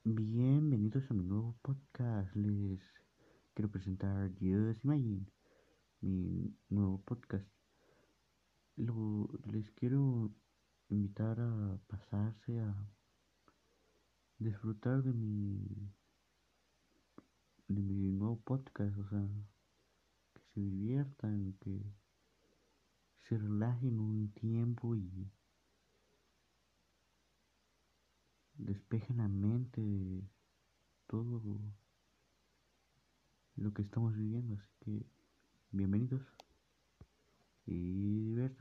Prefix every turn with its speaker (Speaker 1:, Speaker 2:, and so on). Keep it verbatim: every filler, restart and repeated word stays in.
Speaker 1: Bienvenidos a mi nuevo podcast. Les quiero presentar Just Imagine, mi nuevo podcast. Lo, les quiero invitar a pasarse a disfrutar de mi, de mi nuevo podcast. O sea, que se diviertan, que se relajen un tiempo y despejen la mente de todo lo que estamos viviendo. Así que bienvenidos y diviértanse.